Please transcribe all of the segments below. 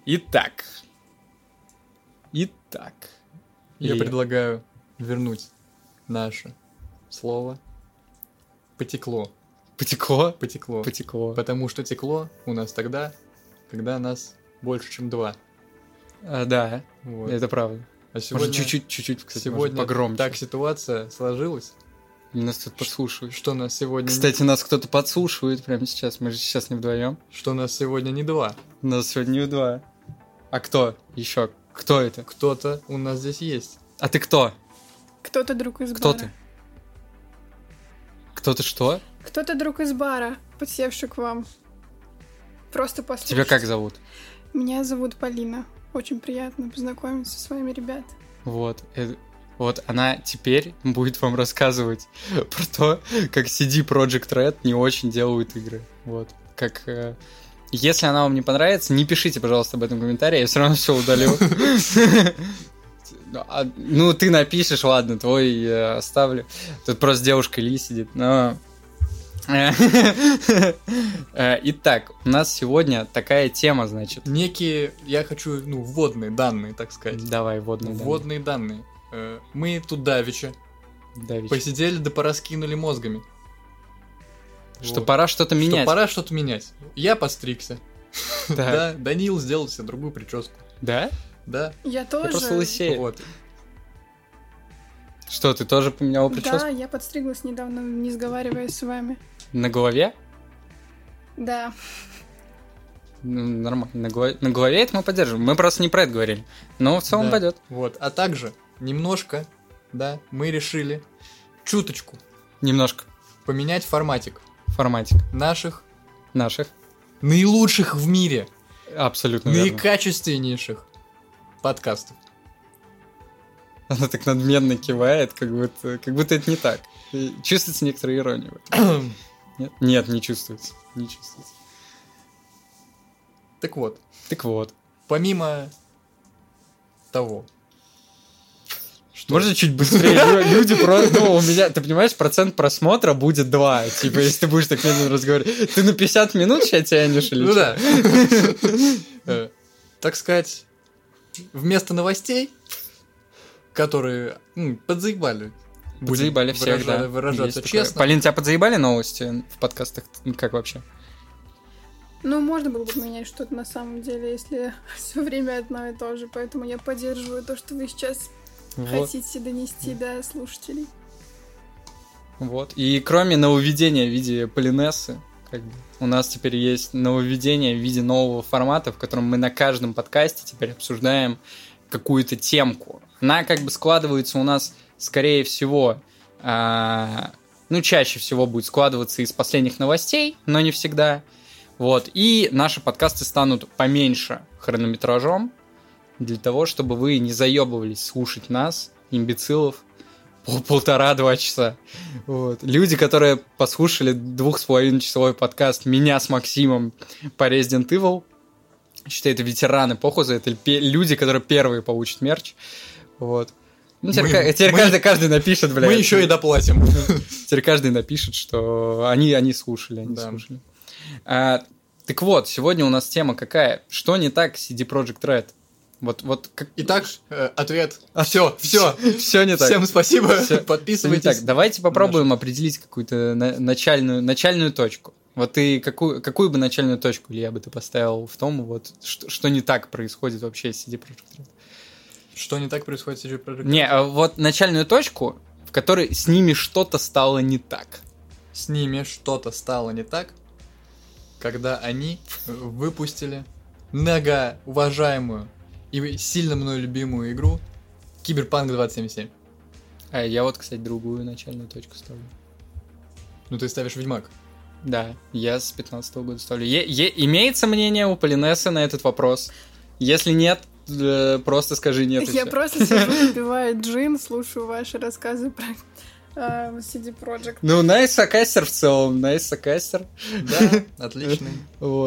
Итак. Я предлагаю вернуть наше слово «потекло». Потекло. Потому что текло у нас тогда, когда нас больше, чем 2. Да, Вот. это правда. А сегодня, Может, чуть-чуть, кстати, сегодня погромче. так ситуация сложилась, Нас тут подслушивают. что нас сегодня... Кстати, нас кто-то подслушивает прямо сейчас. Мы же сейчас не вдвоем. Что нас сегодня не 2. Нас сегодня не 2. А кто еще? Кто это? Кто-то у нас здесь есть. А ты кто? Кто-то друг из Кто бара. ты? Кто ты что? Кто-то друг из бара, подсевший к вам. Просто послушать. Тебя как зовут? Меня зовут Полина. Очень приятно познакомиться с вами, ребят. Вот. Вот она теперь будет вам рассказывать про то, как CD Projekt Red не очень делают игры. Вот. Как... Если она вам не понравится, не пишите, пожалуйста, об этом в комментарии, я все равно все удалю. Ну, ты напишешь, ладно, твой я оставлю. Тут просто девушка Ли сидит, но... Итак, у нас сегодня такая тема, значит. Некие, я хочу, вводные данные, так сказать. Давай, вводные данные. Вводные данные. Мы тут давеча посидели да пораскинули мозгами. Что пора что-то менять. Что пора что-то менять. Я постригся. Да. Да, Даниил сделал себе другую прическу. Да? Да. Я тоже. Я просто лысею. Вот. Что, ты тоже поменяла прическу? Да, я подстриглась недавно, не сговариваясь с вами. На голове? Да. Ну, нормально. На голове это мы поддерживаем. Мы просто не про это говорили. Но в целом Да. пойдет. Вот. А также немножко, да, мы решили чуточку Немножко поменять форматик форматик наших наших. наилучших в мире, Абсолютно верно. наикачественнейших подкастов. Она так надменно кивает, как будто это не так. И чувствуется некоторая ирония. в этом. Нет, не чувствуется. Не чувствуется. Так вот, Так вот. помимо того, что... Можно чуть быстрее? Люди просто... Ну, у меня... Ты понимаешь, процент просмотра будет 2. Типа, если ты будешь так медленно разговаривать. Ты на 50 минут сейчас тянешь или Ну что? да. Так сказать, вместо новостей, которые подзаебали. Будем Подзаебали всех, да. Выражаться Есть такое. честно. Полин, тебя подзаебали новости в подкастах? Как вообще? Ну, можно было бы поменять что-то на самом деле, если все время одно и то же. Поэтому я поддерживаю то, что вы сейчас Вот. хотите донести до слушателей. Вот. И кроме нововведения в виде Полинессы, у нас теперь есть нововведение в виде нового формата, в котором мы на каждом подкасте теперь обсуждаем какую-то темку. Она складывается у нас, скорее всего, чаще всего будет складываться из последних новостей, но не всегда. Вот. И наши подкасты станут поменьше хронометражом, для того, чтобы вы не заебывались слушать нас, имбецилов, 1,5-2 часа. Вот. Люди, которые послушали 2,5-часовой подкаст меня с Максимом по Resident Evil, считай, это ветераны похуза, это люди, которые первые получат мерч. Вот. Ну, теперь каждый напишет, блядь. Мы еще и доплатим. Теперь каждый напишет, что они слушали, Да. слушали. Так вот, сегодня у нас тема какая? Что не так с CD Projekt Red? Вот как... Итак, ответ. Все. Все не так. Всем спасибо. Всё Подписывайтесь. не так. Давайте попробуем определить какую-то начальную точку. Вот ты какую бы начальную точку, Илья, бы ты поставил в том, вот, что не так происходит вообще с CD Projekt Red? Что не так происходит с CD Projekt Red? Не, вот начальную точку, в которой с ними что-то стало не так. С ними что-то стало не так, когда они выпустили многоуважаемую и сильно мной любимую игру Киберпанк 2077. А я вот, кстати, другую начальную точку ставлю. Ну, ты ставишь Ведьмак. Да, я с 15-го года ставлю. Имеется мнение у Полинессы на этот вопрос? Если нет, просто скажи нет. Я просто сижу, выпиваю джин, слушаю ваши рассказы про CD Projekt. Ну, Найс Сакастер в целом, Найс Сакастер. Да, отличный. Вот.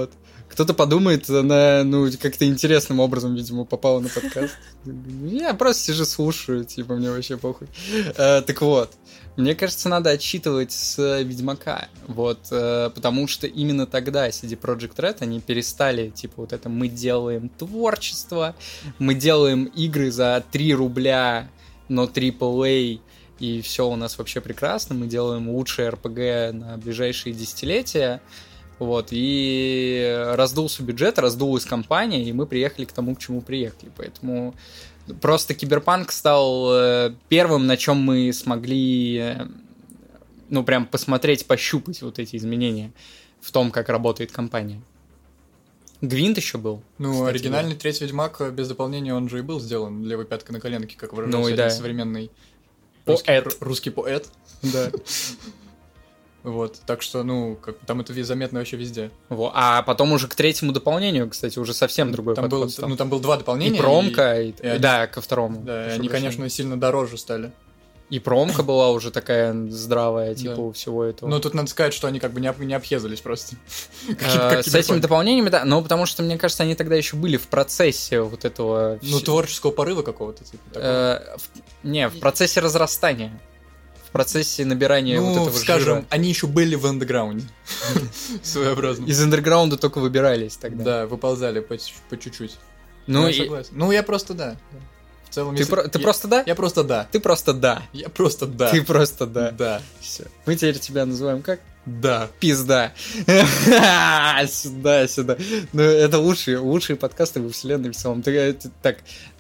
Кто-то подумает, она, ну, как-то интересным образом, видимо, попала на подкаст. Я просто сижу, слушаю, типа, мне вообще похуй. Так вот, мне кажется, надо отсчитывать с Ведьмака, вот, потому что именно тогда CD Projekt Red, они перестали, типа, вот это мы делаем творчество, мы делаем игры за 3 рубля, но AAA, и все у нас вообще прекрасно, мы делаем лучшие RPG на ближайшие десятилетия, вот, и раздулся бюджет, раздулась компания, и мы приехали к тому, к чему приехали, поэтому просто Киберпанк стал первым, на чем мы смогли, ну, прям посмотреть, пощупать вот эти изменения в том, как работает компания. Гвинт еще был. Ну, кстати, оригинальный третий Ведьмак без дополнения, он же и был сделан левой пяткой на коленке, как выражался Ну и один да. современный Поэт. русский поэт. Да. Вот, так что, ну, как, там это заметно вообще везде. Во. А потом уже к третьему дополнению, кстати, уже совсем другой Там подход был, стал. ну, там было 2 дополнения. И промка, и они- да, ко второму. Да, и Прошу они, прощения. конечно, сильно дороже стали. И промка была уже такая здравая, типа, Да. у всего этого. Но тут надо сказать, что они как бы не объездились просто. С этими дополнениями, да, но потому что, мне кажется, они тогда еще были в процессе вот этого... Ну, творческого порыва какого-то, типа, такого. Не, в процессе разрастания. В процессе набирания вот Ну, этого скажем, жира. они еще были в андеграунде. Своеобразно. Из андерграунда только выбирались тогда. Да, выползали по чуть-чуть. Ну, я и... согласен. Ну, я просто да. В целом, Ты, если- ты я- просто да? Я просто да. Ты просто да. Я просто да. Ты просто да. Да. Все. Мы теперь тебя называем как? Да. Пизда. Сюда, сюда. Ну, это лучшие подкасты во вселенной в целом. Так,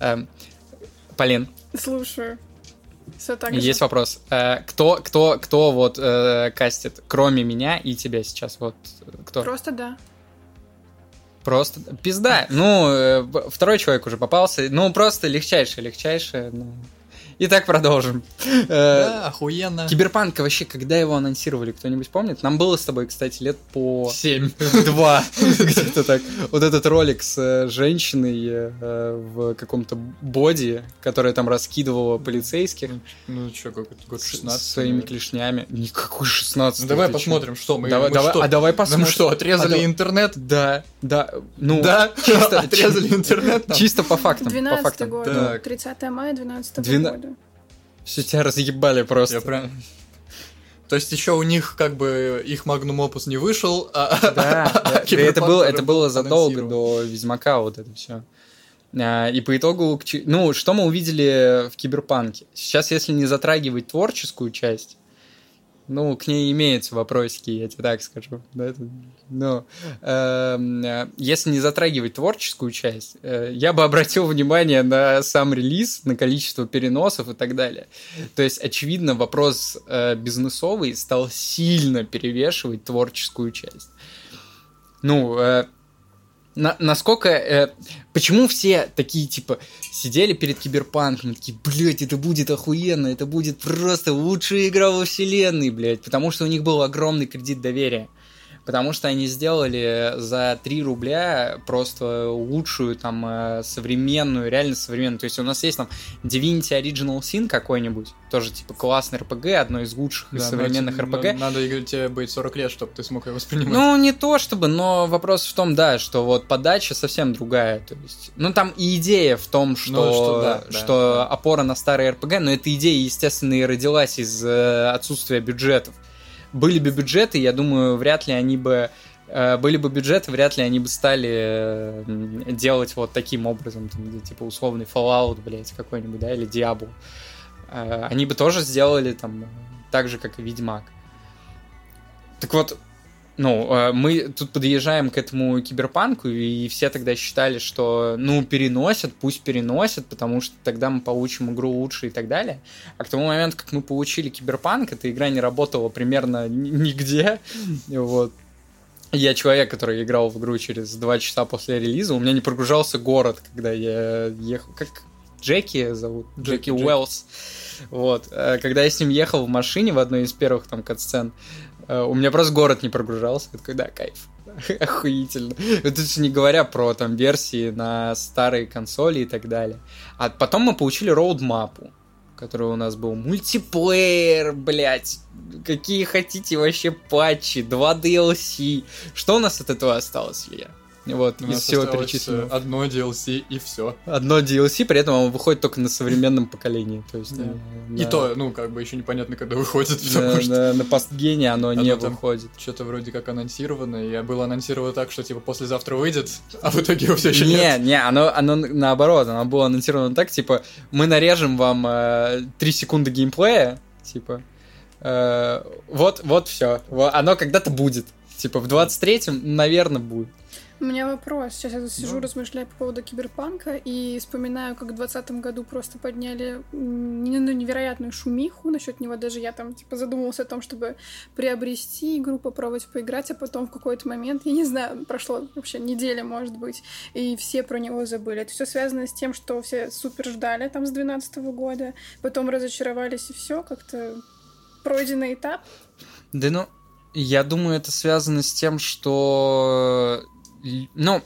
Полин, Слушаю. Все так же. есть вопрос. Кто вот кастит, кроме меня и тебя сейчас? Вот кто? Просто да. Просто пизда. Ну, второй человек уже попался. Ну, просто легчайшее. Ну. Итак, продолжим. Да, охуенно. Киберпанк вообще, когда его анонсировали, кто-нибудь помнит? Нам было с тобой, кстати, лет по 7. 2. Где-то так. Вот этот ролик с женщиной в каком-то боди, которая там раскидывала полицейских Ну, что, какой-то год 16. своими наверное. клешнями. Никакой 16. Ну, давай ты чё? посмотрим, что мы... Давай, мы давай, что? давай Ну, посмотрим. мы что, отрезали интернет? Да. Ну, Да? чисто- Отрезали интернет? нам? чисто по фактам. 12-й год. Так. 30 мая 12 Двена- года. Все тебя разъебали просто. Я правильно... То есть еще у них как бы их Magnum Opus не вышел, а Да, Киберпанк это уже было был задолго анонсирован. до Ведьмака, вот это все. И по итогу, ну, что мы увидели в Киберпанке? Сейчас, если не затрагивать творческую часть, ну, к ней имеются вопросики, я тебе так скажу. Да, но если не затрагивать творческую часть, я бы обратил внимание на сам релиз, на количество переносов и так далее. То есть, очевидно, вопрос бизнесовый стал сильно перевешивать творческую часть. Ну, насколько... почему все такие, типа, сидели перед Киберпанком, такие, блядь, это будет охуенно, это будет просто лучшая игра во вселенной, блядь, потому что у них был огромный кредит доверия. Потому что они сделали за 3 рубля просто лучшую, там, современную, реально современную. То есть у нас есть там Divinity Original Sin какой-нибудь, тоже, типа, классный RPG, одно из лучших из Да, современных RPG. Надо тебе быть 40 лет, чтобы ты смог ее воспринимать. Ну, не то чтобы, но вопрос в том, да, что вот подача совсем другая. То есть, ну, там и идея в том, что опора на старый RPG, но эта идея, естественно, и родилась из отсутствия бюджетов. Были бы бюджеты, я думаю, вряд ли они бы... Были бы бюджеты, вряд ли они бы стали делать вот таким образом, там, где, типа, условный Fallout, блядь, какой-нибудь, да, или Diablo. Они бы тоже сделали, там, так же, как и Ведьмак. Так вот, ну, мы тут подъезжаем к этому Киберпанку, и все тогда считали, что, ну, переносят, пусть переносят, потому что тогда мы получим игру лучше и так далее. А к тому моменту, как мы получили Киберпанк, эта игра не работала примерно нигде, вот. Я человек, который играл в игру через 2 часа после релиза, у меня не прогружался город, когда я ехал... Как Джеки зовут? Джеки Уэллс. Вот. Когда я с ним ехал в машине в одной из первых там катсцен, у меня просто город не прогружался. Я такой, да, кайф. Охуительно. Это же не говоря про там версии на старые консоли и так далее. А потом мы получили роудмапу, который у нас был мультиплеер, блять, какие хотите вообще патчи, 2 DLC. Что у нас от этого осталось, Илья? Вот, У из нас всего осталось перечисленного. одно DLC и все. Одно DLC, при этом оно выходит только на современном поколении. То есть, Да. на- И то, ну, как бы еще непонятно, когда выходит, потому на, что на постгене оно не Оно там выходит. что-то вроде как анонсировано, и было анонсировано так, что типа послезавтра выйдет, а в итоге его все еще нет. Не, оно наоборот, оно было анонсировано так, типа, мы нарежем вам 3 секунды геймплея, типа, вот все, оно когда-то будет, типа, в 23-м, наверное, будет. У меня вопрос. Сейчас я сижу, Ну. размышляю по поводу киберпанка и вспоминаю, как в 2020 году просто подняли невероятную шумиху насчет него. Даже я там типа задумывался о том, чтобы приобрести игру, попробовать поиграть, а потом в какой-то момент, я не знаю, прошло вообще неделя, может быть, и все про него забыли. Это все связано с тем, что все супер ждали там с 2012 года, потом разочаровались, и все как-то пройденный этап. Да ну, я думаю, это связано с тем, что... Ну,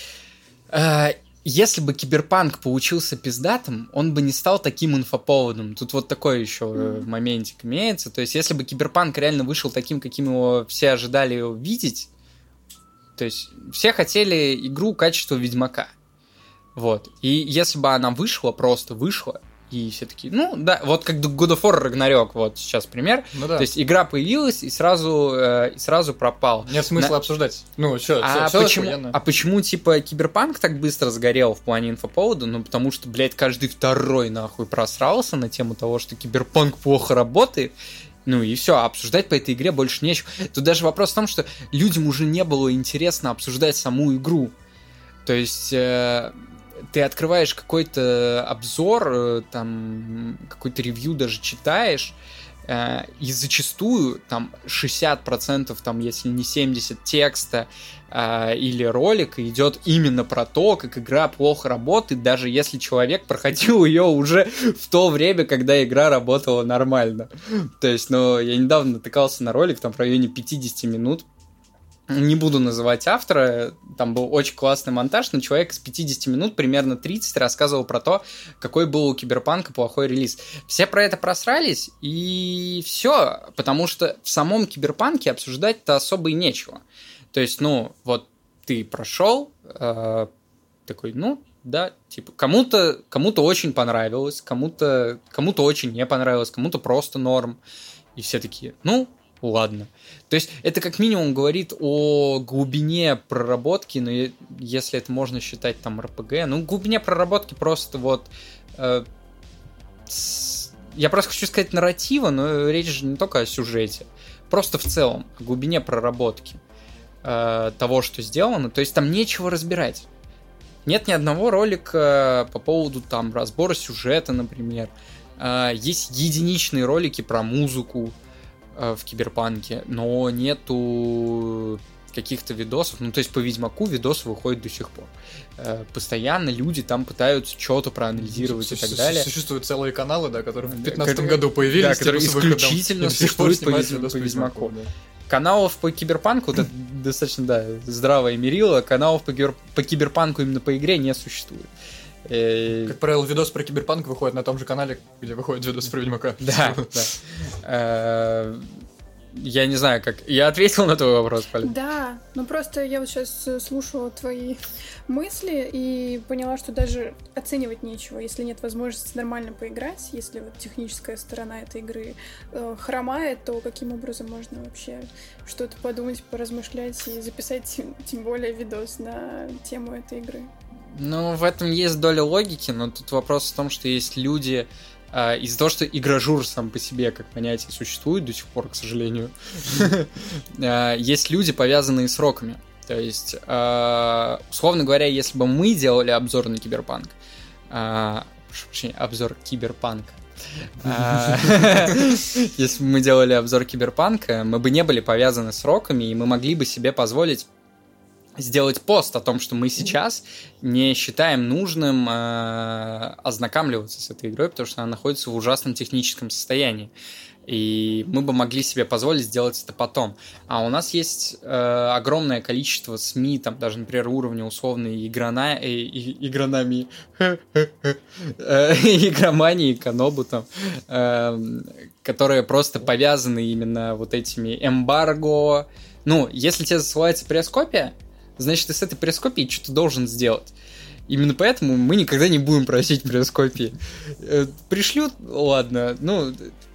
если бы Киберпанк получился пиздатым, он бы не стал таким инфоповодом. Тут вот такой еще моментик имеется. То есть, если бы Киберпанк реально вышел таким, каким его все ожидали его видеть, то есть, все хотели игру качества Ведьмака. Вот. И если бы она вышла, просто вышла, и все такие, ну, да, вот как God of War Ragnarok, вот сейчас пример. Ну да. То есть игра появилась и сразу пропала. Нет смысла обсуждать. Ну, все Почему, типа, Киберпанк так быстро сгорел в плане инфоповода? Ну, потому что, блядь, каждый второй, нахуй, просрался на тему того, что Киберпанк плохо работает. Ну и все, обсуждать по этой игре больше нечего. Тут даже вопрос в том, что людям уже не было интересно обсуждать саму игру. То есть... ты открываешь какой-то обзор, там, какой-то ревью даже читаешь, и зачастую там 60%, там, если не 70% текста или ролика идет именно про то, как игра плохо работает, даже если человек проходил ее уже в то время, когда игра работала нормально. То есть, ну, я недавно натыкался на ролик, там, в районе 50 минут, не буду называть автора, там был очень классный монтаж, но человек с 50 минут, примерно 30, рассказывал про то, какой был у Киберпанка плохой релиз. Все про это просрались, и все, потому что в самом Киберпанке обсуждать-то особо и нечего. То есть, ну, вот ты прошел, такой, ну, да, типа, кому-то очень понравилось, кому-то очень не понравилось, кому-то просто норм, и все такие, ну, ладно. То есть это как минимум говорит о глубине проработки, но если это можно считать там РПГ, ну глубине проработки просто вот... я просто хочу сказать нарратива, но речь же не только о сюжете. Просто в целом о глубине проработки того, что сделано. То есть там нечего разбирать. Нет ни одного ролика по поводу там разбора сюжета, например. Есть единичные ролики про музыку в Киберпанке, но нету каких-то видосов, ну то есть по Ведьмаку видосы выходят до сих пор. Постоянно люди там пытаются что-то проанализировать и так далее. Существуют целые каналы, да, которые в 2015 году появились, да, которые исключительно существуют по Ведьмаку. Да. Каналов по Киберпанку, это достаточно, да, здравое мерило, каналов по Киберпанку именно по игре не существует. Как правило, видос про Киберпанк выходит на том же канале, где выходит видос про Ведьмака. Да, да. Я не знаю, как... Я ответил на твой вопрос, Полин? Да, ну просто я вот сейчас слушала твои мысли и поняла, что даже оценивать нечего, если нет возможности нормально поиграть, если вот техническая сторона этой игры хромает, то каким образом можно вообще что-то подумать, поразмышлять и записать тем более видос на тему этой игры? Ну, в этом есть доля логики, но тут вопрос в том, что есть люди... Из-за того, что игражур сам по себе как понятие существует до сих пор, к сожалению, есть люди, повязанные с сроками. То есть, условно говоря, если бы мы делали обзор на Киберпанк, обзор Киберпанка, если бы мы делали обзор Киберпанка, мы бы не были повязаны с сроками, и мы могли бы себе позволить сделать пост о том, что мы сейчас не считаем нужным ознакомливаться с этой игрой, потому что она находится в ужасном техническом состоянии. И мы бы могли себе позволить сделать это потом. А у нас есть огромное количество СМИ, там даже, например, уровня условной игромании, Канобу, там, которые просто повязаны именно вот этими эмбарго. Ну, если тебе засылается пресс-копия, значит, ты с этой пресс-копией что-то должен сделать. Именно поэтому мы никогда не будем просить пресс-копии. Пришлют, ладно, ну...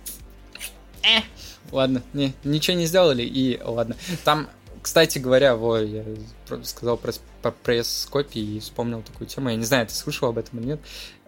Ладно, ничего не сделали, и ладно. Там, кстати говоря, я сказал про пресс-копии и вспомнил такую тему. Я не знаю, ты слышал об этом или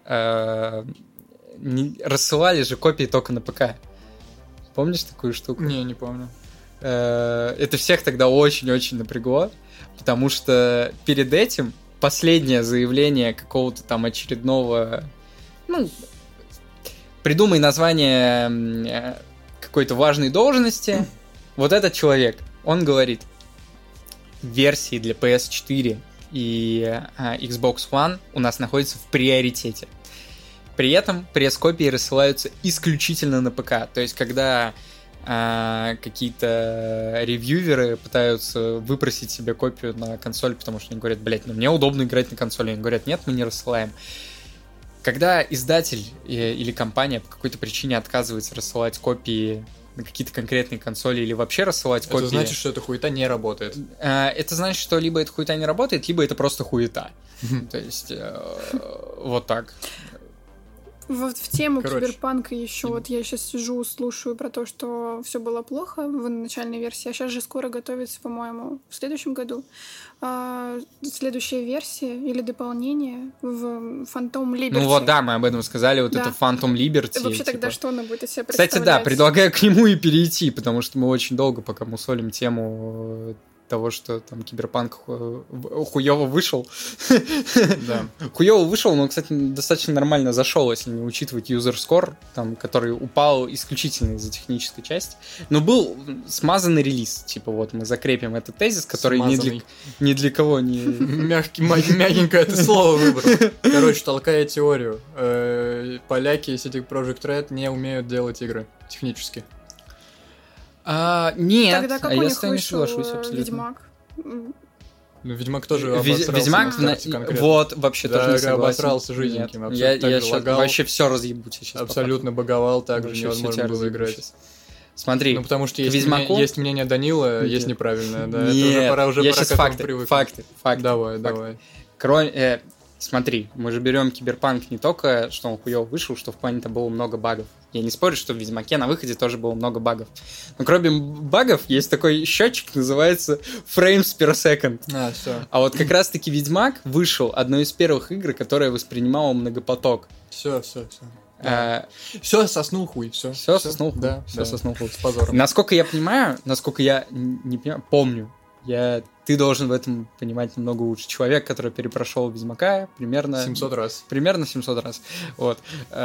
нет. Рассылали же копии только на ПК. Помнишь такую штуку? Не помню. Это всех тогда очень-очень напрягло, потому что перед этим последнее заявление какого-то там очередного... Ну, придумай название какой-то важной должности. Вот этот человек, он говорит, версии для PS4 и Xbox One у нас находятся в приоритете. При этом пресс-копии рассылаются исключительно на ПК. То есть, когда какие-то ревьюверы пытаются выпросить себе копию на консоль, потому что они говорят, блять, ну мне удобно играть на консоли. Они говорят, нет, мы не рассылаем. Когда издатель или компания по какой-то причине отказывается рассылать копии на какие-то конкретные консоли или вообще рассылать копии... Это значит, что эта хуета не работает. Это значит, что либо эта хуета не работает, либо это просто хуета. То есть, вот так. Вот в тему киберпанка еще вот я сейчас сижу, слушаю про то, что все было плохо в начальной версии, а сейчас же скоро готовится, по-моему, в следующем году следующая версия или дополнение в Phantom Liberty. Ну вот да, мы об этом сказали, вот да. Это Phantom Liberty. Вообще тогда что она будет из себя представлять? Кстати, да, предлагаю к нему и перейти, потому что мы очень долго пока мусолим тему того, что там киберпанк хуёво вышел. Да. Хуёво вышел, но, кстати, достаточно нормально зашел, если не учитывать user score, там, который упал исключительно из-за технической части. Но был смазанный релиз. Типа вот мы закрепим этот тезис, который ни для кого не... Мягенькое это слово выбрал. Короче, толкая теорию. Поляки из этих Project Red не умеют делать игры технически. Нет, тогда как у я них с тобой не вышел соглашусь абсолютно. Ведьмак? Ну, Ведьмак тоже обосрался. Ведьмак, вот, вообще да, тоже не согласен. Обосрался жизненьким. Я сейчас вообще все разъебу сейчас. Абсолютно боговал, так же невозможно было играть. Сейчас. Смотри, ну потому что есть мнение Данила, есть неправильное. Да. Нет, это пора уже я сейчас факты. Давай. Смотри, мы же берем киберпанк не только, что он хуёво вышел, что в плане-то было много багов. Я не спорю, что в Ведьмаке на выходе тоже было много багов. Но кроме багов есть такой счетчик, называется frames per second. Все. А вот как раз-таки Ведьмак вышел одной из первых игр, которая воспринимала многопоток. Все. Все соснул хуй. Все соснул хуй. Да, все соснул хуй. С позором. Насколько я не понимаю, помню. Ты должен в этом понимать намного лучше. Человек, который перепрошел Ведьмака, примерно... 700 раз. Примерно 700 раз. Вот.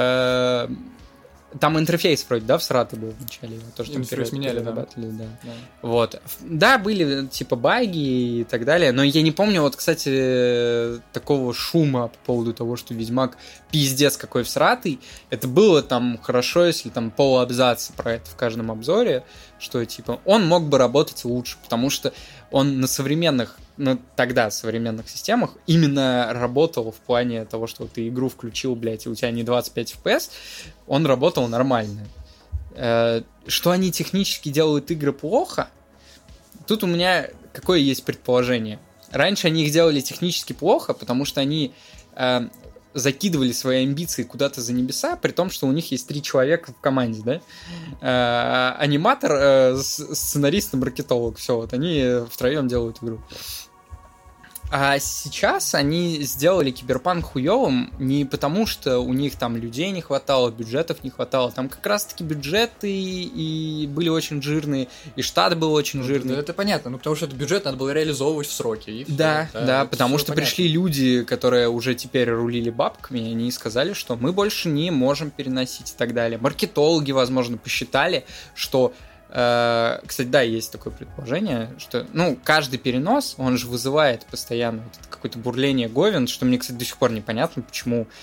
Там интерфейс вроде, да, всратый был вначале? То, что интерфейс меняли, да. Вот. Да, были типа баги и так далее, но я не помню, вот, кстати, такого шума по поводу того, что Ведьмак пиздец какой всратый. Это было там хорошо, если там полабзаца про это в каждом обзоре, что типа он мог бы работать лучше, потому что он на современных, тогда современных системах именно работал в плане того, что ты игру включил, блядь, и у тебя не 25 FPS, он работал нормально. Что они технически делают игры плохо? Тут у меня какое есть предположение. Раньше они их делали технически плохо, потому что они закидывали свои амбиции куда-то за небеса, при том, что у них есть 3 человека в команде, да? Аниматор, сценарист и маркетолог. Все, вот они втроем делают игру. А сейчас они сделали киберпанк хуёвым не потому, что у них там людей не хватало, бюджетов не хватало. Там как раз-таки бюджеты и были очень жирные, и штат был очень жирный. Это понятно, потому что этот бюджет надо было реализовывать в сроки. И да, потому что пришли люди, которые уже теперь рулили бабками, и они сказали, что мы больше не можем переносить и так далее. Маркетологи, возможно, посчитали, что... Кстати, да, есть такое предположение, что, каждый перенос, он же вызывает постоянно вот какое-то бурление говен, что мне, кстати, до сих пор непонятно, почему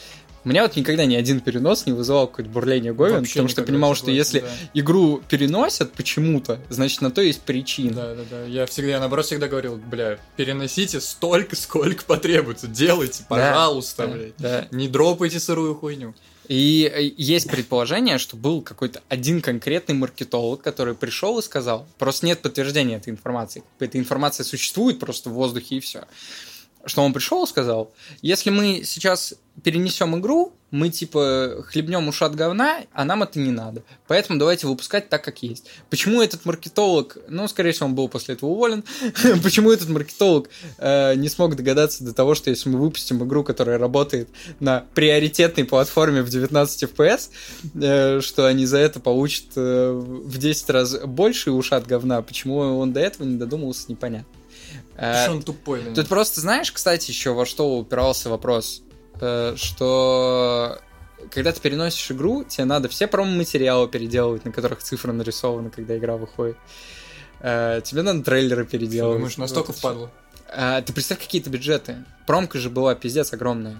У меня вот никогда ни один перенос не вызывал какое-то бурление Говен, Вообще потому что я никогда, понимал, что согласен, если да. игру переносят почему-то, значит, на то есть причина. Да. Я наоборот всегда говорил, бля, переносите столько, сколько потребуется. Делайте, пожалуйста, блядь. Да. Не дропайте сырую хуйню. И есть предположение, что был какой-то один конкретный маркетолог, который пришел и сказал, просто нет подтверждения этой информации. Эта информация существует просто в воздухе и все. Что он пришел и сказал, если мы сейчас перенесем игру, мы типа хлебнем ушат говна, а нам это не надо. Поэтому давайте выпускать так, как есть. Почему этот маркетолог, ну, скорее всего, он был после этого уволен, почему этот маркетолог не смог догадаться до того, что если мы выпустим игру, которая работает на приоритетной платформе в 19 FPS, что они за это получат в 10 раз больше ушат говна, почему он до этого не додумался, непонятно. Что он тупой, да? Тут просто, знаешь, кстати, еще во что упирался вопрос, что когда ты переносишь игру, тебе надо все промо-материалы переделывать, на которых цифры нарисованы, когда игра выходит. Тебе надо трейлеры переделывать. Думаешь, настолько впадло? Ты представь, какие-то бюджеты. Промка же была пиздец огромная.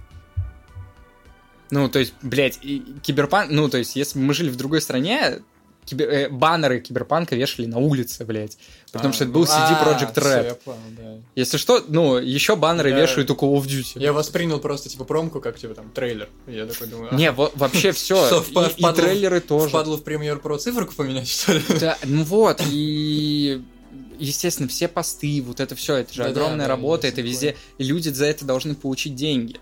Ну, то есть, блядь, Киберпанк... Ну, то есть, если бы мы жили в другой стране, баннеры Киберпанка вешали на улице, блядь. Потому что это был CD Projekt Red. Я понял, да. Если что, ну, еще баннеры вешают у Call of Duty. Я воспринял просто, типа, промку, как, типа, там, трейлер. Я такой думаю... Не, вообще все. И трейлеры тоже. Впадло в Premiere Pro циферку поменять, что ли? Да, ну вот, и... Естественно, все посты, вот это все, это же огромная работа, это везде. И люди за это должны получить деньги.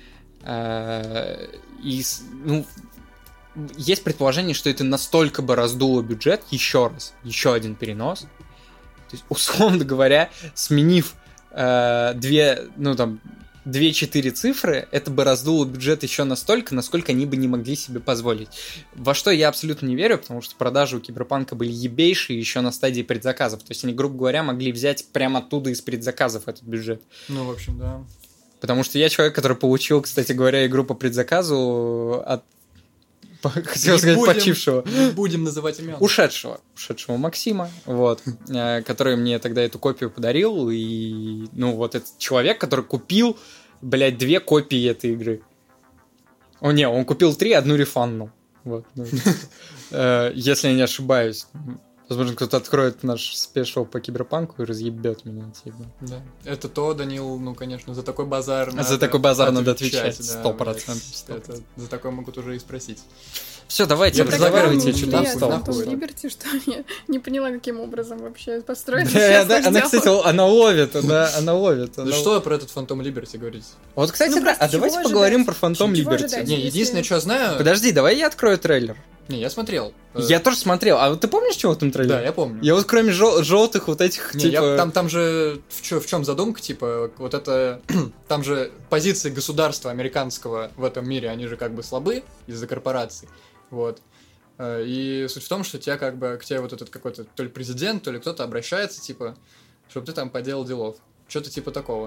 И, ну... Есть предположение, что это настолько бы раздуло бюджет, еще один перенос. То есть, условно говоря, сменив 2-4 цифры, это бы раздуло бюджет еще настолько, насколько они бы не могли себе позволить. Во что я абсолютно не верю, потому что продажи у Киберпанка были ебейшие еще на стадии предзаказов. То есть они, грубо говоря, могли взять прямо оттуда из предзаказов этот бюджет. Ну, в общем, да. Потому что я человек, который получил, кстати говоря, игру по предзаказу от хотел сказать почившего. Не будем называть имен. Ушедшего Максима, вот, который мне тогда эту копию подарил, и, ну, вот этот человек, который купил, блядь, 2 копии этой игры. Он купил 3, одну рефаннул. Вот, если я не ошибаюсь. Возможно, кто-то откроет наш спешл по Киберпанку и разъебет меня, типа. Да. Это то, Данил, ну, конечно, за такой базар надо за такой базар надо отвечать, 100%. За такое могут уже и спросить. Все, давайте, разговаривайте, я что-то устал. Фантом Либерти, что я не поняла, каким образом вообще построено. Она, кстати, она ловит. Ну что про этот Фантом Либерти говорить? Вот, кстати, давайте поговорим про Фантом Либерти. Не, единственное, что знаю... Подожди, давай я открою трейлер. Не, я смотрел. Я тоже смотрел. А вот ты помнишь, чего в этом трейлере? Да, я помню. Я вот кроме желтых вот этих, не, типа... Там же в чем задумка, типа, вот это... Там же позиции государства американского в этом мире, они же как бы слабы из-за корпораций. Вот. И суть в том, что тебя как бы, к тебе вот этот какой-то то ли президент, то ли кто-то обращается, типа, чтобы ты там поделал делов. Что-то типа такого.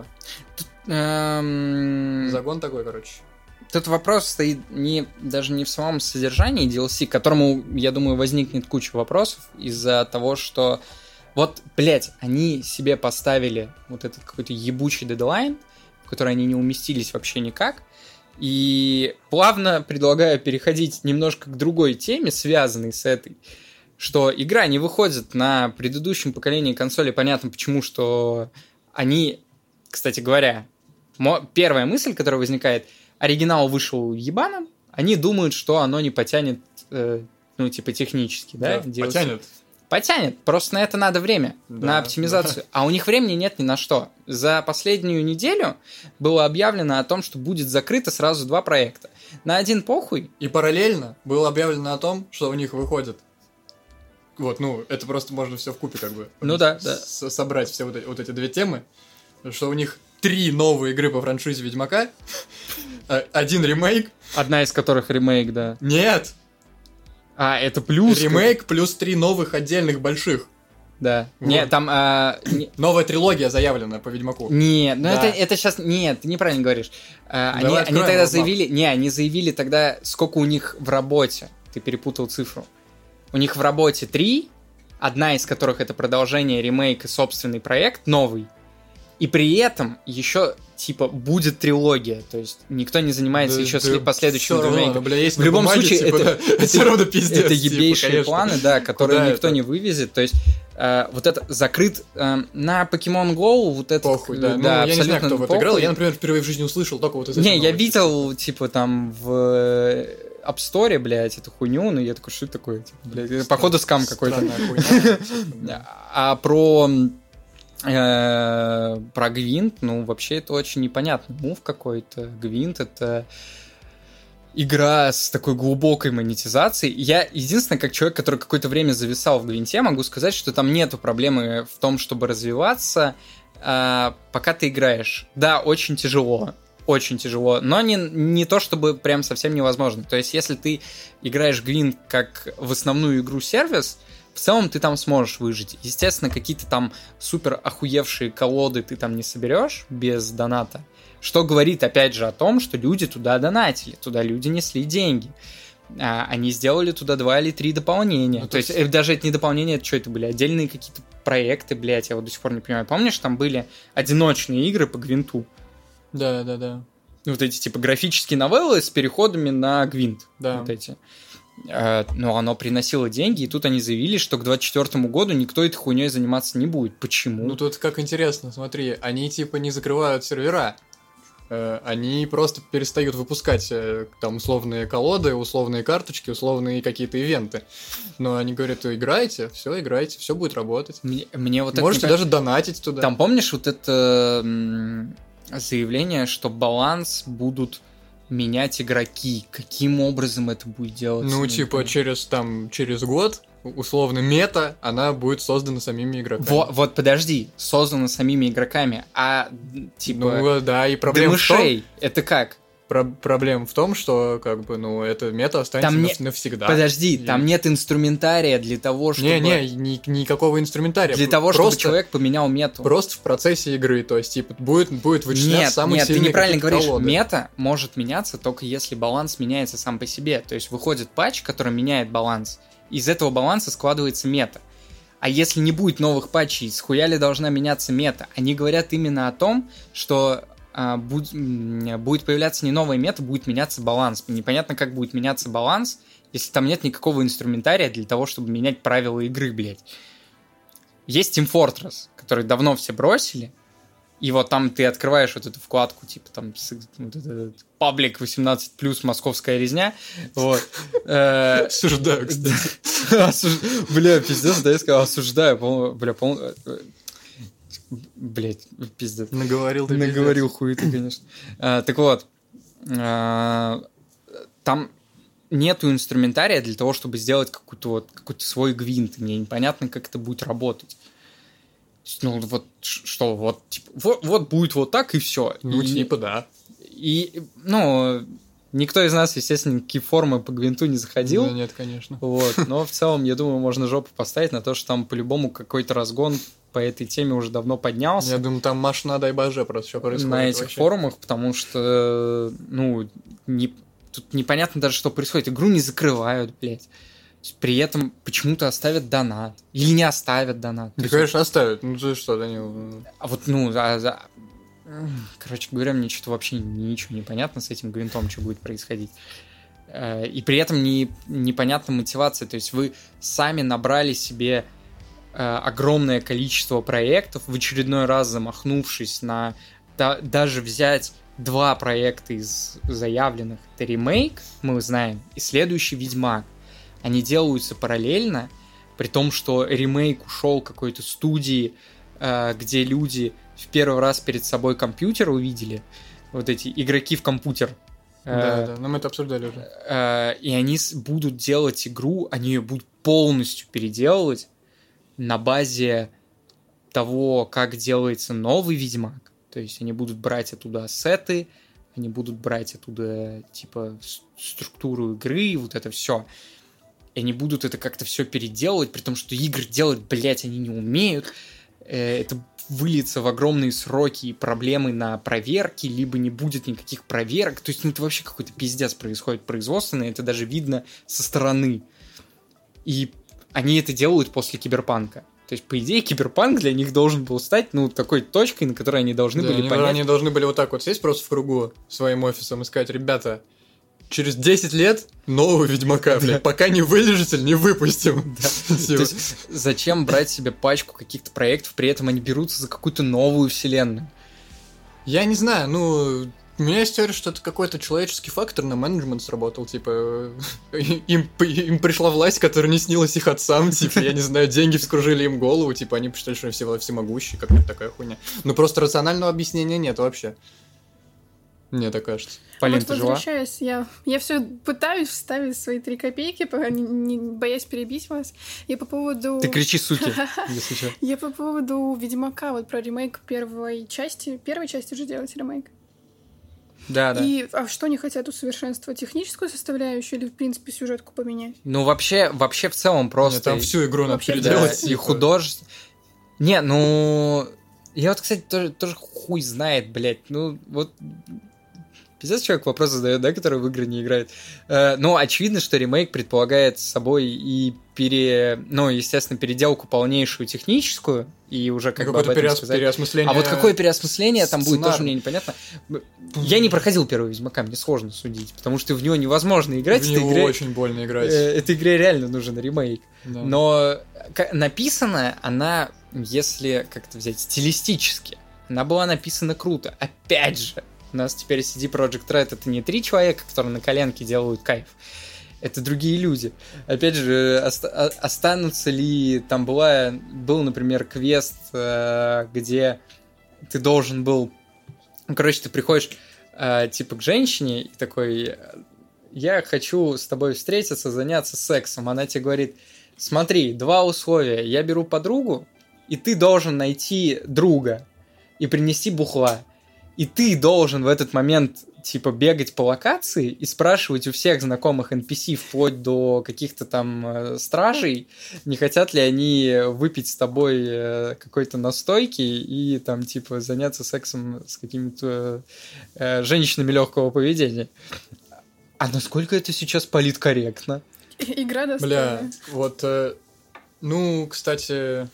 Загон такой, короче. Тут вопрос стоит даже не в самом содержании DLC, к которому, я думаю, возникнет куча вопросов из-за того, что вот, блять, они себе поставили вот этот какой-то ебучий дедлайн, в который они не уместились вообще никак, и плавно предлагаю переходить немножко к другой теме, связанной с этой, что игра не выходит на предыдущем поколении консолей, понятно почему, что они, кстати говоря, первая мысль, которая возникает, оригинал вышел ебаным, они думают, что оно не потянет, ну, типа, технически, да? Потянет, просто на это надо время, на оптимизацию. Да. А у них времени нет ни на что. За последнюю неделю было объявлено о том, что будет закрыто сразу 2 проекта. На один похуй. И параллельно было объявлено о том, что у них выходит. Вот, ну, это просто можно все вкупе как бы. Ну да. Собрать все вот эти 2 темы. Что у них 3 новые игры по франшизе Ведьмака. 1 ремейк. Одна из которых ремейк, да. Нет! Это плюс. Ремейк плюс 3 новых отдельных больших. Да. Вот. Нет, там... Новая трилогия заявлена по Ведьмаку. Нет, ну да. это сейчас... Нет, ты неправильно говоришь. Они тогда заявили... Не, они заявили тогда, сколько у них в работе. Ты перепутал цифру. У них в работе 3, одна из которых это продолжение, ремейк и собственный проект, новый. И при этом еще, типа, будет трилогия. То есть никто не занимается еще последующими двумя играми. В любом случае, это все равно пиздец. Это ебейшие планы, да, которые никто не вывезет. То есть вот это закрыт на Pokemon Go, вот это... Похуй, да. Ну, я не знаю, кто в это играл. Я, например, впервые в жизни услышал только вот это. Не, я видел, типа, там в App Store, блядь, эту хуйню, но я такой, что это такое? Типа, блядь, походу скам какой-то. А про Гвинт, ну, вообще это очень непонятный мув какой-то. Гвинт — это игра с такой глубокой монетизацией. Я, единственное, как человек, который какое-то время зависал в Гвинте, могу сказать, что там нету проблемы в том, чтобы развиваться, пока ты играешь. Да, очень тяжело, но не то, чтобы прям совсем невозможно. То есть, если ты играешь Гвинт как в основную игру-сервис, в целом ты там сможешь выжить. Естественно, какие-то там супер охуевшие колоды ты там не соберешь без доната, что говорит, опять же, о том, что люди туда донатили, туда люди несли деньги. Они сделали туда 2 или 3 дополнения. Ну, то есть, даже это не дополнения, это что это были? Отдельные какие-то проекты, блядь, я вот до сих пор не понимаю. Помнишь, там были одиночные игры по Гвинту? Да. Вот эти, типа, графические новеллы с переходами на Гвинт. Да. Вот эти. Но оно приносило деньги, и тут они заявили, что к 2024 году никто этой хуйней заниматься не будет. Почему? Ну, тут как интересно, смотри, они, типа, не закрывают сервера. Они просто перестают выпускать там условные колоды, условные карточки, условные какие-то ивенты. Но они говорят, играйте, все будет работать. Мне вот можете даже донатить туда. Там помнишь вот это заявление, что баланс будут менять игроки? Каким образом это будет делаться? Ну, типа, через год условно мета, она будет создана самими игроками. Вот подожди, создана самими игроками, а типа... Ну да, и проблема в том... Это как? Проблема в том, что как бы, ну, эта мета останется навсегда. Подожди, там нет инструментария для того, чтобы... Никакого инструментария. Для того, чтобы человек поменял мету. Просто в процессе игры, то есть, типа, будет вычислять самые сильные. Нет, ты неправильно говоришь. Колоды. Мета может меняться только если баланс меняется сам по себе. То есть, выходит патч, который меняет баланс. Из этого баланса складывается мета. А если не будет новых патчей, схуя ли должна меняться мета? Они говорят именно о том, что будет появляться не новая мета, будет меняться баланс. Непонятно, как будет меняться баланс, если там нет никакого инструментария для того, чтобы менять правила игры, блядь. Есть Team Fortress, который давно все бросили, и вот там ты открываешь вот эту вкладку, типа там вот этот паблик 18+, московская резня. Вот. Осуждаю, кстати. Бля, пиздец, да, я сказал, осуждаю. Блять, пиздец. Наговорил хуету, конечно. Так вот, там нету инструментария для того, чтобы сделать какой-то свой гвинт. Мне непонятно, как это будет работать. Ну, вот что, вот, типа, вот будет вот так, и все. Ну, типа, да. И, ну, никто из нас, естественно, никакие формы по гвинту не заходил. Да, нет, конечно. Вот, но в целом, я думаю, можно жопу поставить на то, что там по-любому какой-то разгон по этой теме уже давно поднялся. Я думаю, там машина, дай боже, просто что происходит на этих вообще. Форумах, потому что, ну, тут непонятно даже, что происходит. Игру не закрывают, блядь. При этом почему-то оставят донат. Или не оставят донат. Да, конечно, оставят. Ну, ты что, Данил? А вот, ну, короче говоря, мне что-то вообще ничего не понятно с этим гвинтом, что будет происходить. И при этом непонятна мотивация. То есть вы сами набрали себе огромное количество проектов, в очередной раз замахнувшись на... даже взять 2 проекта из заявленных. Это ремейк, мы знаем, и следующий Ведьмак. Они делаются параллельно, при том, что ремейк ушел какой-то студии, где люди в первый раз перед собой компьютер увидели, вот эти игроки в компьютер. Да, но мы это обсуждали уже. И они будут делать игру, они ее будут полностью переделывать на базе того, как делается новый Ведьмак. То есть они будут брать оттуда ассеты, они будут брать оттуда, типа, структуру игры, вот это все. И они будут это как-то все переделывать, при том, что игры делать, блять, они не умеют. Это выльется в огромные сроки и проблемы на проверки, либо не будет никаких проверок. То есть, ну, это вообще какой-то пиздец происходит производственный, это даже видно со стороны. И они это делают после Киберпанка. То есть, по идее, Киберпанк для них должен был стать, ну, такой точкой, на которой они должны были понять. Они должны были вот так вот сесть просто в кругу своим офисом и сказать: ребята, через 10 лет нового Ведьмака, блядь, пока не вылежите, не выпустим. То есть, зачем брать себе пачку каких-то проектов, при этом они берутся за какую-то новую вселенную? Я не знаю, ну... У меня есть теория, что это какой-то человеческий фактор на менеджмент сработал, типа, им пришла власть, которая не снилась их отцам, типа, я не знаю, деньги вскружили им голову, типа, они посчитали, что они всемогущие, какая-то такая хуйня. Ну, просто рационального объяснения нет вообще. Мне так кажется. Полин, вот ты жива? возвращаясь, я все пытаюсь вставить свои 3 копейки, не боясь перебить вас. Я по поводу... Ты кричи, суки, если что. Я по поводу Ведьмака, вот про ремейк первой части. Первой части же делать ремейк. Да. А что они хотят усовершенствовать? Техническую составляющую или, в принципе, сюжетку поменять? Ну, вообще в целом просто... Там всю игру надо Вообще, переделать. И художество... Не, ну... Я вот, кстати, тоже хуй знает, блядь. Ну, вот... Пиздец, человек вопрос задает, да, который в игры не играет. Ну, очевидно, что ремейк предполагает собой и естественно, переделку полнейшую техническую, и уже как бы об этом сказать. Переосмысление. А вот какое переосмысление там будет, сценария. тоже мне непонятно. Я не проходил первого Ведьмака, мне сложно судить, потому что в него невозможно играть. В него очень больно играть. Этой игре реально нужен ремейк. Да. Но написана она, если как-то взять стилистически, она была написана круто. Опять же, у нас теперь CD Projekt Red — это не 3 человека, которые на коленке делают кайф. Это другие люди. Опять же, останутся ли... Там был, например, квест, где ты должен был... Короче, ты приходишь типа к женщине и такой: я хочу с тобой встретиться, заняться сексом. Она тебе говорит: смотри, 2 условия. Я беру подругу, и ты должен найти друга и принести бухла. И ты должен в этот момент, типа, бегать по локации и спрашивать у всех знакомых NPC, вплоть до каких-то там стражей, не хотят ли они выпить с тобой какой-то настойки и там, типа, заняться сексом с какими-то женщинами легкого поведения. А насколько это сейчас политкорректно? Игра достойная. Бля, вот, ну, кстати,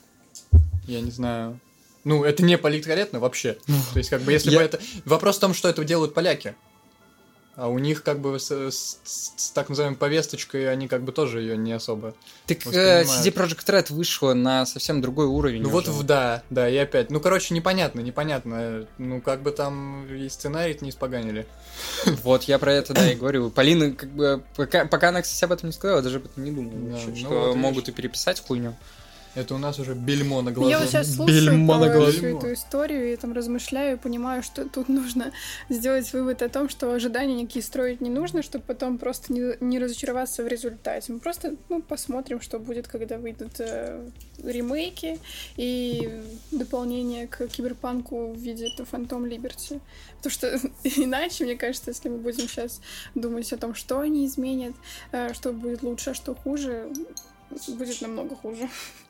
я не знаю... Ну, это не политкорректно вообще. То есть, как бы, если бы это... Вопрос в том, что это делают поляки. А у них, как бы, с так называемой повесточкой, они, как бы, тоже ее не особо Так CD Projekt Red вышла на совсем другой уровень. Ну, уже. вот, да, и опять. Ну, короче, непонятно. Ну, как бы там и сценарий не испоганили. Вот, я про это, да, и говорю. Полина, как бы, пока она, кстати, об этом не сказала, даже об этом не думал. Да, вообще, ну что вот, могут и переписать хуйню. Это у нас уже бельмо на глазу. Я вот сейчас слушаю Бельмо на про глазу. всю эту историю и там размышляю, и понимаю, что тут нужно сделать вывод о том, что ожидания никакие строить не нужно, чтобы потом просто не разочароваться в результате. Мы просто посмотрим, что будет, когда выйдут ремейки и дополнение к Киберпанку в виде Phantom Liberty. Потому что иначе, мне кажется, если мы будем сейчас думать о том, что они изменят, что будет лучше, а что хуже, будет намного хуже.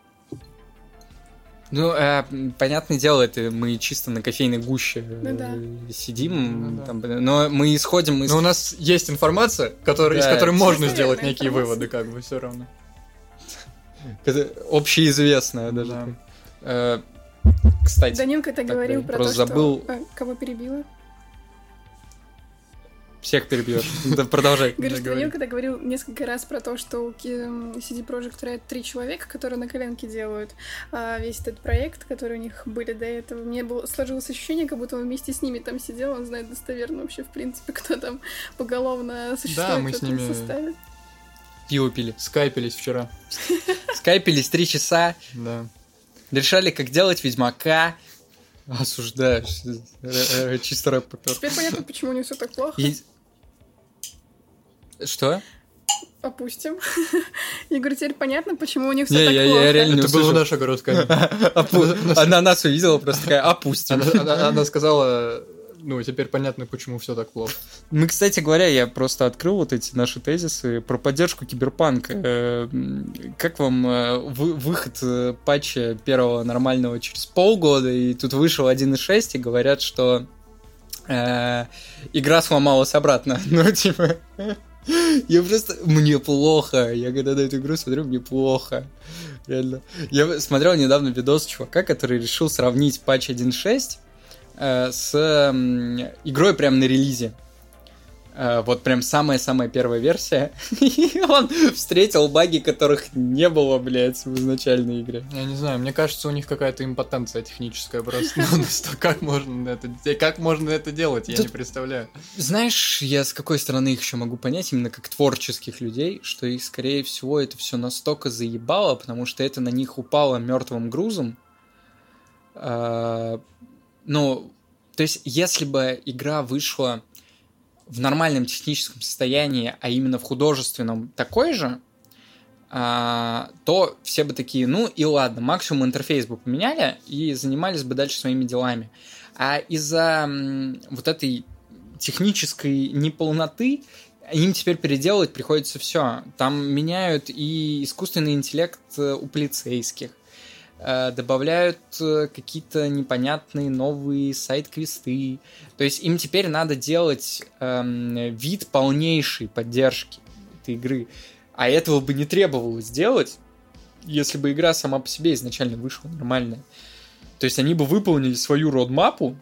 Ну, понятное дело, это мы чисто на кофейной гуще сидим, да. там, но мы исходим из... Но у нас есть информация, из которой можно сделать некие информация. выводы, как бы, все равно. Это общеизвестное даже. Да. Кстати, Данилка, ты говорил про просто то, забыл. что... Кого перебила? Всех перебьешь. Да, продолжай. Говоришь, Данилка, ты говорил несколько раз про то, что у CD Projekt Red 3 человека, которые на коленке делают весь этот проект, который у них были до этого. Мне сложилось ощущение, как будто он вместе с ними там сидел, он знает достоверно вообще, в принципе, кто там поголовно существует мы в с этом ними- составе. Пиво пили. Скайпились вчера. Скайпились 3 часа, Да. решали, как делать Ведьмака. Осуждаю. Чисто рэп попёр. Теперь понятно, почему у них все так плохо. Что? Опустим. Я говорю, теперь понятно, почему у них все Не, так я плохо. реально не Это было услышал. наше огородское. Она нас увидела, просто такая: опустим. Она сказала, ну, теперь понятно, почему все так плохо. Мы, кстати говоря, я просто открыл вот эти наши тезисы про поддержку Киберпанка. Как вам выход патча первого нормального через полгода, и тут вышел 1.6, и говорят, что игра сломалась обратно. Ну, типа... Я просто... Мне плохо. Я когда на эту игру смотрю, мне плохо. Реально. Я смотрел недавно видос чувака, который решил сравнить патч 1.6 с игрой прям на релизе. Вот прям самая-самая первая версия. И он встретил баги, которых не было, блядь, в изначальной игре. Я не знаю, мне кажется, у них какая-то импотенция техническая просто. Как можно это делать, я не представляю. Знаешь, я с какой стороны их еще могу понять, именно как творческих людей, что их, скорее всего, это все настолько заебало, потому что это на них упало мертвым грузом. Ну, то есть, если бы игра вышла в нормальном техническом состоянии, а именно в художественном такой же, то все бы такие, ну и ладно, максимум интерфейс бы поменяли и занимались бы дальше своими делами. А из-за вот этой технической неполноты им теперь переделывать приходится все. Там меняют и искусственный интеллект у полицейских, добавляют какие-то непонятные новые сайт-квесты. То есть им теперь надо делать вид полнейшей поддержки этой игры. А этого бы не требовалось делать, если бы игра сама по себе изначально вышла нормальная. То есть они бы выполнили свою родмапу,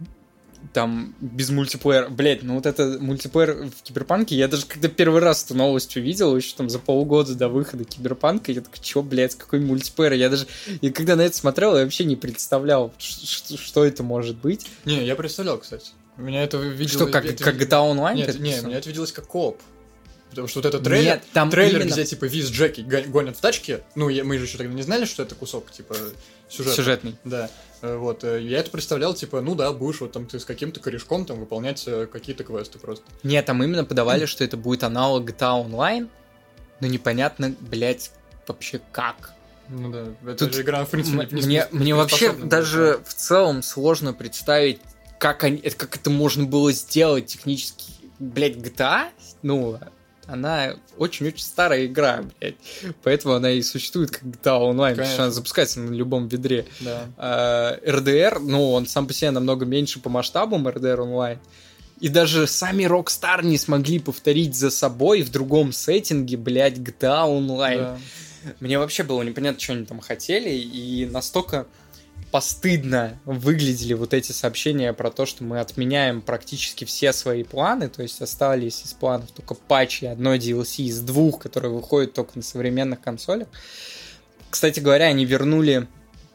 там, без мультиплеера. Блять, ну вот это мультиплеер в Киберпанке, я даже когда первый раз эту новость увидел, еще там за полгода до выхода Киберпанка, я такой, чё, блядь, какой мультиплеер? Я когда на это смотрел, я вообще не представлял, что это может быть. Не, я представлял, кстати. У меня это виделось... Что, как GTA Online? Нет, меня это виделось как кооп. Потому что вот этот трейлер, нет, там трейлер именно... где, типа, Виз Джеки гонят в тачке, ну, мы же еще тогда не знали, что это кусок, типа, сюжетный. Да. Вот, я это представлял, типа, ну да, будешь вот там ты с каким-то корешком там выполнять какие-то квесты просто. Нет, там именно подавали, что это будет аналог GTA Online, но непонятно, блядь, вообще как. Ну да, это же игра, в принципе, мне вообще даже в целом сложно представить, как это можно было сделать технически. Блядь, GTA, ну, она очень-очень старая игра, блядь. Поэтому она и существует как GTA Online, потому что она запускается на любом ведре. Да. RDR, ну, он сам по себе намного меньше по масштабам RDR Online. И даже сами Rockstar не смогли повторить за собой в другом сеттинге, блядь, GTA Online. Да. Мне вообще было непонятно, что они там хотели, и настолько постыдно выглядели вот эти сообщения про то, что мы отменяем практически все свои планы, то есть остались из планов только патчи, одно DLC из двух, которые выходят только на современных консолях. Кстати говоря, они вернули,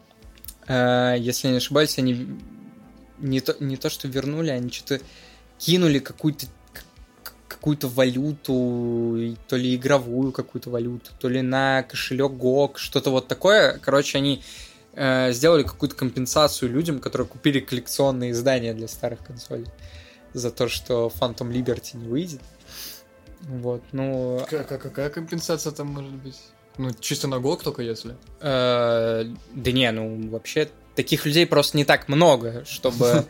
если я не ошибаюсь, они не то что вернули, они что-то кинули какую-то валюту, то ли игровую какую-то валюту, то ли на кошелек GOG, что-то вот такое. Короче, они сделали какую-то компенсацию людям, которые купили коллекционные издания для старых консолей за то, что Phantom Liberty не выйдет. Вот, ну... Какая компенсация там может быть? Ну, чисто на GOG только если? Да не, ну, вообще, таких людей просто не так много, чтобы...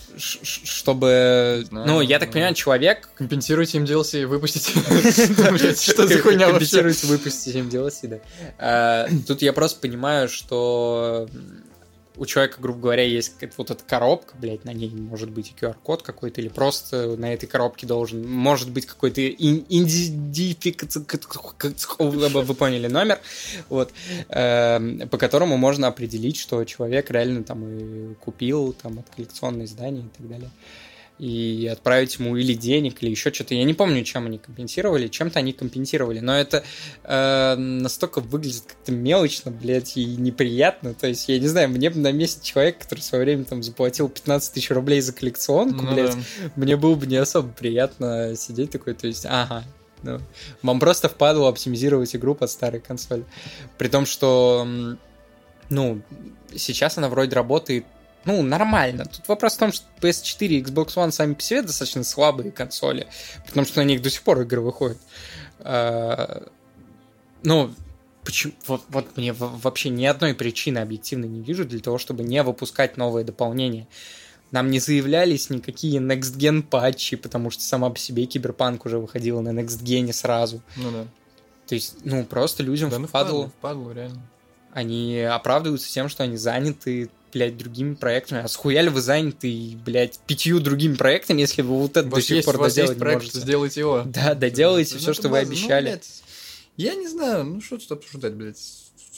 Ну, я так понимаю, человек... Компенсируйте им DLC и выпустите. Что за хуйня вообще? Компенсируйте, выпустите им DLC, да. Тут я просто понимаю, что у человека, грубо говоря, есть вот эта коробка, блядь, на ней может быть QR-код какой-то, или просто на этой коробке может быть какой-то вы поняли номер, вот, по которому можно определить, что человек реально там и купил там от коллекционного издания и так далее. И отправить ему или денег, или еще что-то. Я не помню, чем они компенсировали. Чем-то они компенсировали. Но это настолько выглядит как-то мелочно, блядь, и неприятно. То есть, я не знаю, мне бы на месте человека, который в свое время там заплатил 15 тысяч рублей за коллекционку, блядь, мне было бы не особо приятно сидеть такой, то есть, ну, вам просто впадло оптимизировать игру под старые консоли. При том, что, ну, сейчас она вроде работает ну, нормально. Тут вопрос в том, что PS4 и Xbox One сами по себе достаточно слабые консоли, потому что на них до сих пор игры выходят. Ну, почему? Вот мне вообще ни одной причины объективно не вижу для того, чтобы не выпускать новые дополнения. Нам не заявлялись никакие Next-Gen патчи, потому что сама по себе Киберпанк уже выходила на Next-Gen сразу. Ну да. То есть, ну, просто людям впадло, реально. Они оправдываются тем, что они заняты, блядь, другими проектами. А схуяли вы заняты, блядь, 5 другими проектами, если вы вот это до сих пор доделать не можете? Сделайте его. Да, доделайте все, что вы обещали. Я не знаю, ну что тут обсуждать, блядь.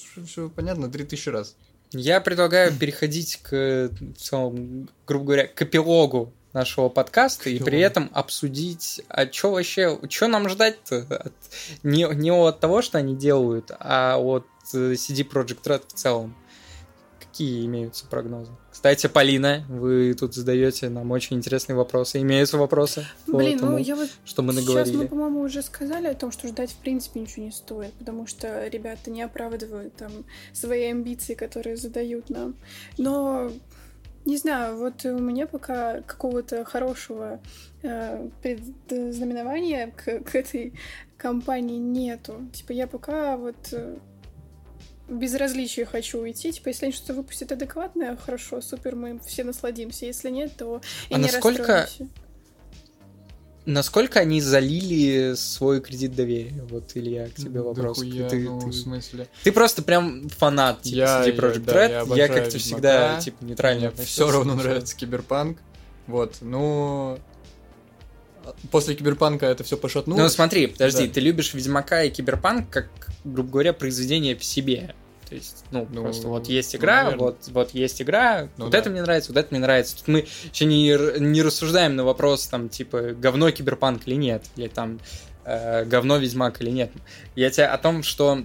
все понятно 3000 раз. Я предлагаю переходить к, в целом, грубо говоря, к эпилогу нашего подкаста и при этом обсудить, а что вообще, что нам ждать-то? Не от того, что они делают, а от CD Projekt Red в целом. Какие имеются прогнозы? Кстати, Полина, вы тут задаете нам очень интересные вопросы. Имеются вопросы? Блин, тому, я вот что мы наговорили. Сейчас мы, по-моему, уже сказали о том, что ждать в принципе ничего не стоит, потому что ребята не оправдывают там свои амбиции, которые задают нам. Но не знаю, вот у меня пока какого-то хорошего предзнаменования к этой компании нету. Типа я пока вот безразличие хочу уйти. Типа, если они что-то выпустят адекватное, хорошо, супер, мы все насладимся. Если нет, то и не расстроимся. Насколько они залили свой кредит доверия? Вот, Илья, к тебе вопрос. В смысле? Ты просто прям фанат типа CD Projekt Red. Я как-то всегда типа нейтрально относился. Все равно нравится Киберпанк. Вот, ну... После Киберпанка это все пошатнулось. Ну смотри, подожди, ты любишь Ведьмака и Киберпанк как, грубо говоря, произведение в себе. То есть, просто вот есть игра, вот есть игра, это мне нравится, вот это мне нравится. Тут мы еще не рассуждаем на вопрос, там, типа, говно Киберпанк или нет, или там, говно Ведьмак или нет. Я тебе о том, что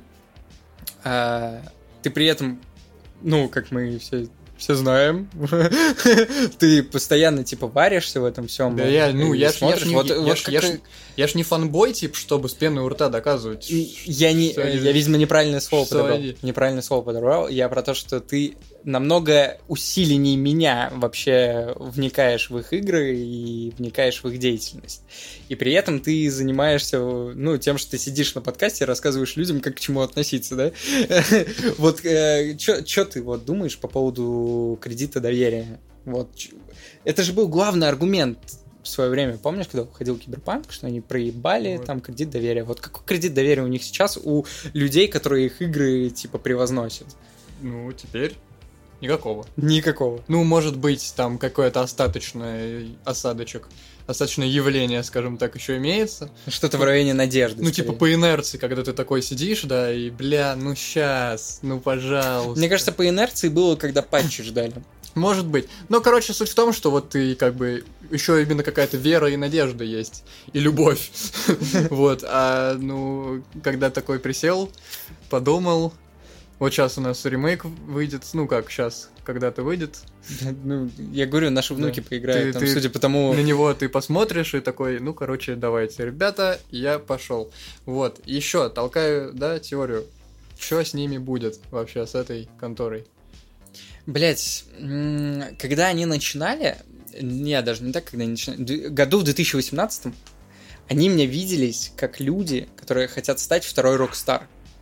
ты при этом, как мы все знаем, ты постоянно, типа, варишься в этом всем. Да я ж не фанбой, типа, чтобы с пеной у рта доказывать. Я, видимо, неправильное слово подобрал. Я про то, что ты намного усиленнее меня вообще вникаешь в их игры и вникаешь в их деятельность. И при этом ты занимаешься, тем, что ты сидишь на подкасте и рассказываешь людям, как к чему относиться, да? Вот, что ты вот думаешь по поводу кредита доверия? Вот, это же был главный аргумент в свое время. Помнишь, когда выходил Киберпанк, что они проебали там кредит доверия? Вот какой кредит доверия у них сейчас у людей, которые их игры, типа, превозносят? Теперь... Никакого. Может быть, там какое-то остаточное явление, скажем так, еще имеется. Что-то в районе надежды. Типа по инерции, когда ты такой сидишь, да, и, сейчас, пожалуйста. Мне кажется, по инерции было, когда патчи ждали. Может быть. Суть в том, что вот ты как бы еще именно какая-то вера и надежда есть. И любовь. Вот. Когда такой присел, подумал... Вот сейчас у нас ремейк выйдет, сейчас когда-то выйдет. Я говорю, наши внуки поиграют, судя по тому... На него ты посмотришь и такой, давайте, ребята, я пошел. Вот, еще толкаю, теорию. Что с ними будет вообще, с этой конторой? Блять, когда они начинали, даже не так, когда они начинали, году в 2018 они мне виделись как люди, которые хотят стать второй Rockstar.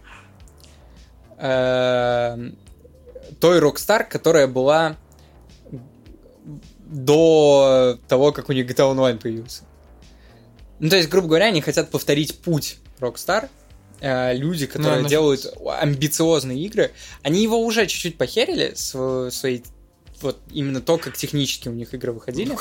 Той Rockstar, которая была до того, как у них GTA Online появился. То есть, грубо говоря, они хотят повторить путь Rockstar. Люди, которые делают амбициозные игры, они его уже чуть-чуть похерили, свои, вот именно то, как технически у них игры выходили.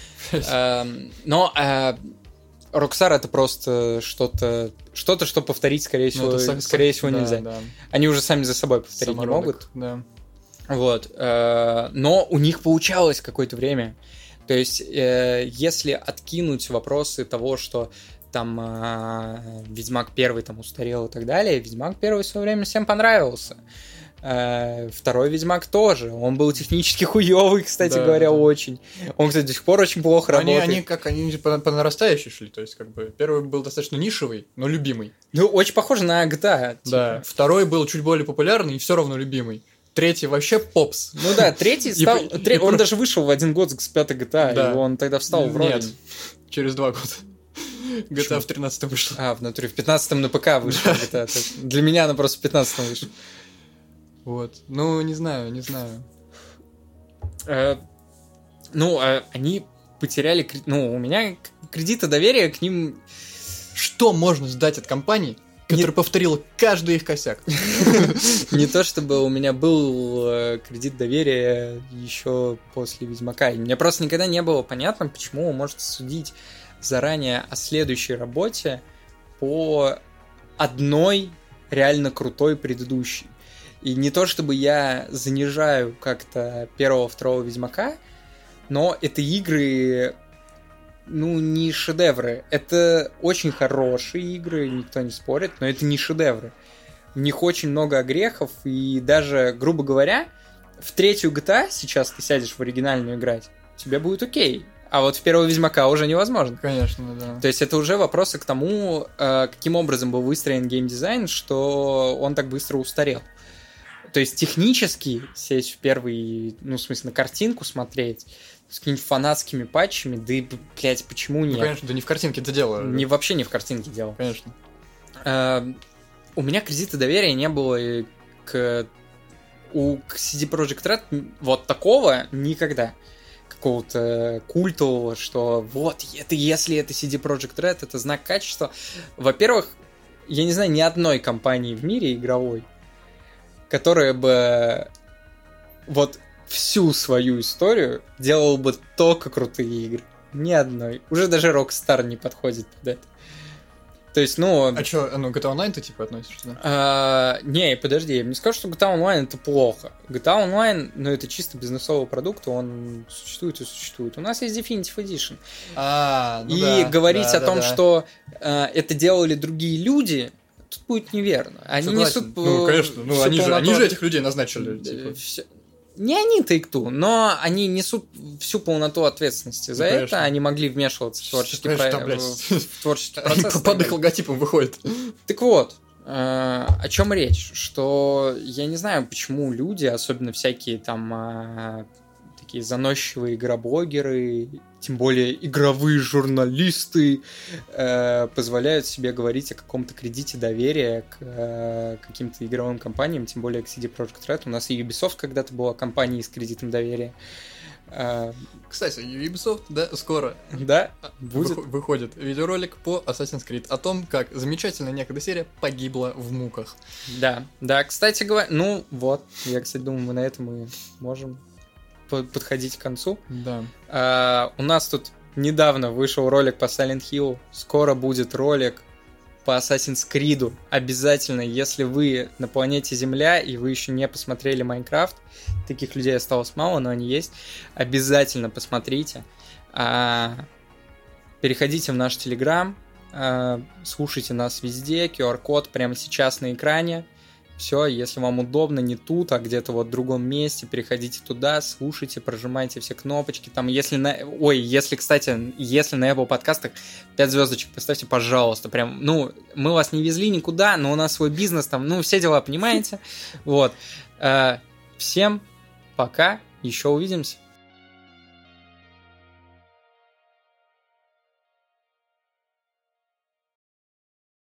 Но Rockstar это просто что-то, что повторить, скорее всего, нельзя. Да. Они уже сами за собой повторить не могут. Да. Вот. Но у них получалось какое-то время. То есть, если откинуть вопросы того, что там Ведьмак 1 там устарел и так далее, Ведьмак 1 в свое время всем понравился. Второй Ведьмак тоже. Он был технически хуёвый, кстати говоря, очень. Он, кстати, до сих пор очень плохо работает. Они по нарастающей шли. То есть, как бы, первый был достаточно нишевый, но любимый. Очень похоже на GTA. Типа. Да. Второй был чуть более популярный и все равно любимый. Третий вообще попс. Третий стал... Он даже вышел в один год с 5-й GTA, и он тогда встал в роль. Нет, через 2 года. GTA в 13-м вышла. В натуре, в 15-м на ПК вышла GTA. Для меня она просто в 15-м вышла. Вот. Не знаю. Они потеряли... у меня кредита доверия к ним... Что можно ждать от компании, которая повторила каждый их косяк? Не то, чтобы у меня был кредит доверия еще после Ведьмака. Мне просто никогда не было понятно, почему вы можете судить заранее о следующей работе по одной реально крутой предыдущей. И не то, чтобы я занижаю как-то первого, второго Ведьмака, но это игры, ну, не шедевры. Это очень хорошие игры, никто не спорит, но это не шедевры. В них очень много огрехов, и даже, грубо говоря, в третью GTA сейчас ты сядешь в оригинальную играть, тебе будет окей. А вот в первого Ведьмака уже невозможно. Конечно, да. То есть это уже вопросы к тому, каким образом был выстроен геймдизайн, что он так быстро устарел. То есть технически сесть в первый, ну, в смысле, на картинку смотреть, с какими-нибудь фанатскими патчами, да и, блядь, почему нет? Ну, конечно, да не в картинке это дело. Вообще не в картинке дело. Конечно. У меня кредита доверия не было к CD Projekt Red вот такого никогда. Какого-то культового, что вот, это если это CD Projekt Red, это знак качества. Во-первых, я не знаю ни одной компании в мире игровой, которая бы вот всю свою историю делала бы только крутые игры. Ни одной. Уже даже Rockstar не подходит под это. То есть, ну... А что, ну, GTA Online ты, типа, относишься, да? Не, подожди, я не скажу, что GTA Online это плохо. GTA Online, ну, это чисто бизнесовый продукт, он существует и существует. У нас есть Definitive Edition. И говорить о том, что это делали другие люди, тут будет неверно. Они несут... Ну, конечно, ну, они же этих людей назначили, типа. Не они Take-Two, но они несут всю полноту ответственности за это. Они могли вмешиваться в творческий процесс. Под их логотипом выходит. Так вот, о чем речь? Что я не знаю, почему люди, особенно всякие там такие заносчивые игроблогеры, тем более игровые журналисты, позволяют себе говорить о каком-то кредите доверия к каким-то игровым компаниям, тем более к CD Projekt Red. У нас и Ubisoft когда-то была компанией с кредитом доверия. Кстати, Ubisoft, да, скоро выходит видеоролик по Assassin's Creed о том, как замечательная некогда серия погибла в муках. Да, кстати говоря, ну вот, я, кстати, думаю, мы на этом и можем подходить к концу. Да. У нас тут недавно вышел ролик по Silent Hill, скоро будет ролик по Assassin's Creed. Обязательно, если вы на планете Земля и вы еще не посмотрели Майнкрафт, таких людей осталось мало, но они есть, обязательно посмотрите. Переходите в наш Telegram, слушайте нас везде, QR-код прямо сейчас на экране. Все, если вам удобно, не тут, а где-то вот в другом месте, переходите туда, слушайте, прожимайте все кнопочки. Там, если на Apple подкастах 5 звездочек поставьте, пожалуйста. Прям, ну, мы вас не везли никуда, но у нас свой бизнес там, ну, все дела, понимаете? Вот. Всем пока, еще увидимся.